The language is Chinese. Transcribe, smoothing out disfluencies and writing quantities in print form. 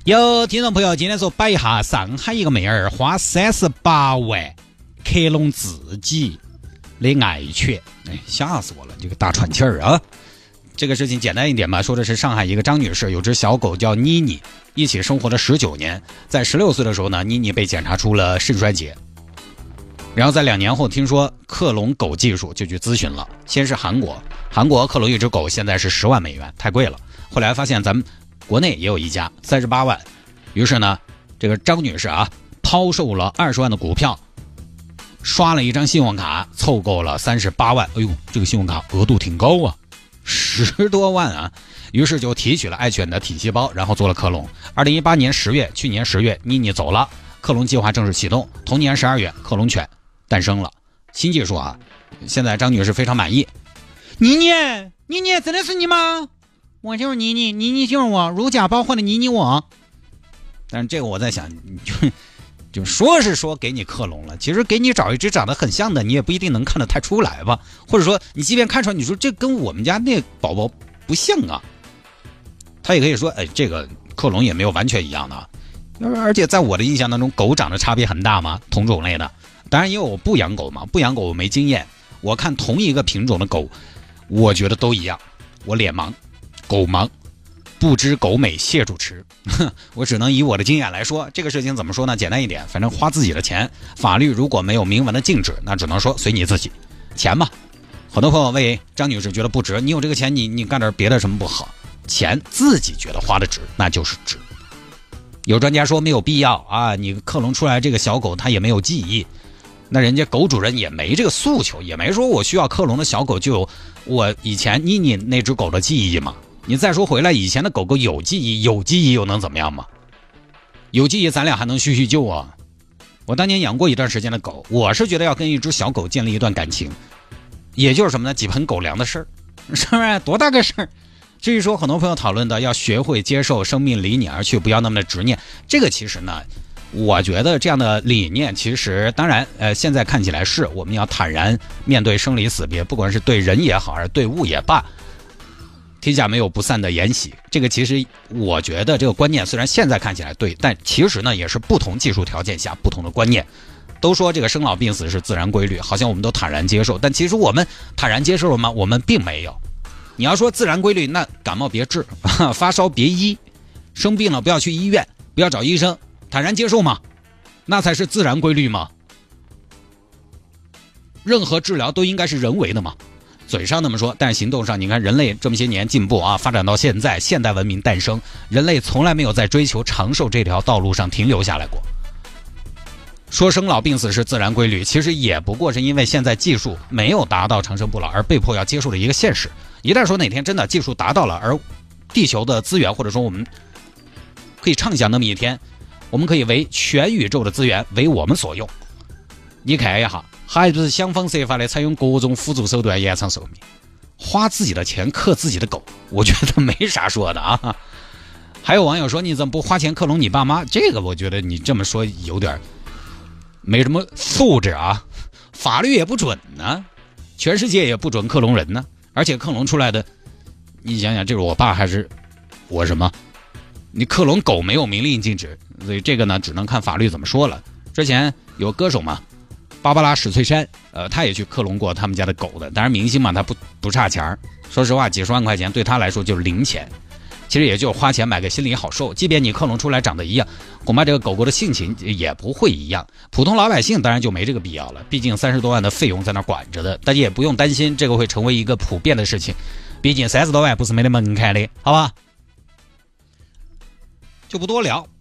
有听众朋友今天说摆一下上海一个妹儿花38万克隆自己的爱犬，吓死我了，这个大喘气儿啊！这个事情简单一点吧，说的是上海一个张女士有只小狗叫妮妮，一起生活了19年，在16岁的时候呢，妮妮被检查出了肾衰竭，然后在2年后听说克隆狗技术就去咨询了，先是韩国克隆一只狗现在是10万美元，太贵了，后来发现咱们国内也有一家38万，于是呢，这个张女士抛售了20万的股票，刷了一张信用卡，凑够了38万。哎呦，这个信用卡额度挺高啊，10多万啊！于是就提取了爱犬的体细胞，然后做了克隆。2018年10月，去年10月，妮妮走了，克隆计划正式启动。同年12月，克隆犬诞生了。新技术现在张女士非常满意。妮妮，真的是你吗？我就是妮妮就是我，如假包换的妮我。但是这个我在想，就说是说给你克隆了，其实给你找一只长得很像的，你也不一定能看得太出来吧。或者说你即便看出来，你说这跟我们家那宝宝不像啊，他也可以说，这个克隆也没有完全一样的。而且在我的印象当中，狗长得差别很大吗？同种类的，当然因为我不养狗嘛，不养狗我没经验。我看同一个品种的狗，我觉得都一样。我脸盲，狗盲，不知狗美谢主持。我只能以我的经验来说，这个事情怎么说呢？简单一点，反正花自己的钱，法律如果没有明文的禁止，那只能说随你自己。钱嘛，很多朋友为张女士觉得不值，你有这个钱，你干点别的什么不好？钱自己觉得花的值，那就是值。有专家说没有必要你克隆出来这个小狗它也没有记忆，那人家狗主人也没这个诉求，也没说我需要克隆的小狗就有我以前妮妮那只狗的记忆嘛。你再说回来，以前的狗狗有记忆又能怎么样嘛？有记忆咱俩还能叙旧啊。我当年养过一段时间的狗，我是觉得要跟一只小狗建立一段感情，也就是什么呢？几盆狗粮的事儿，是不是多大个事儿？至于说很多朋友讨论的要学会接受生命离你而去，不要那么的执念，这个其实呢，我觉得这样的理念其实当然现在看起来是我们要坦然面对生离死别，不管是对人也好还是对物也罢，天下没有不散的筵席。这个其实我觉得这个观念虽然现在看起来对，但其实呢也是不同技术条件下不同的观念。都说这个生老病死是自然规律，好像我们都坦然接受，但其实我们坦然接受了吗？我们并没有。你要说自然规律，那感冒别治，发烧别医，生病了不要去医院，不要找医生，坦然接受嘛，那才是自然规律嘛。任何治疗都应该是人为的嘛。嘴上那么说，但是行动上，你看人类这么些年进步发展到现在，现代文明诞生，人类从来没有在追求长寿这条道路上停留下来过。说生老病死是自然规律，其实也不过是因为现在技术没有达到长生不老而被迫要接受的一个现实。一旦说哪天真的技术达到了，而地球的资源或者说我们可以畅想那么一天，我们可以为全宇宙的资源为我们所用。你看一下，还不是想方设法的采用各种辅助手段延长寿命，花自己的钱克自己的狗，我觉得没啥说的还有网友说你怎么不花钱克隆你爸妈？这个我觉得你这么说有点没什么素质法律也不准呢，全世界也不准克隆人呢，而且克隆出来的，你想想这是我爸还是我什么？你克隆狗没有明令禁止，所以这个呢只能看法律怎么说了。之前有歌手嘛，芭芭拉史翠珊，他也去克隆过他们家的狗的，当然明星嘛，他不差钱，说实话几十万块钱对他来说就是零钱，其实也就是花钱买个心里好受。即便你克隆出来长得一样，恐怕这个狗狗的性情也不会一样。普通老百姓当然就没这个必要了，毕竟30多万的费用在那管着的，大家也不用担心这个会成为一个普遍的事情，毕竟30多万不是没得门槛的，好吧？就不多聊。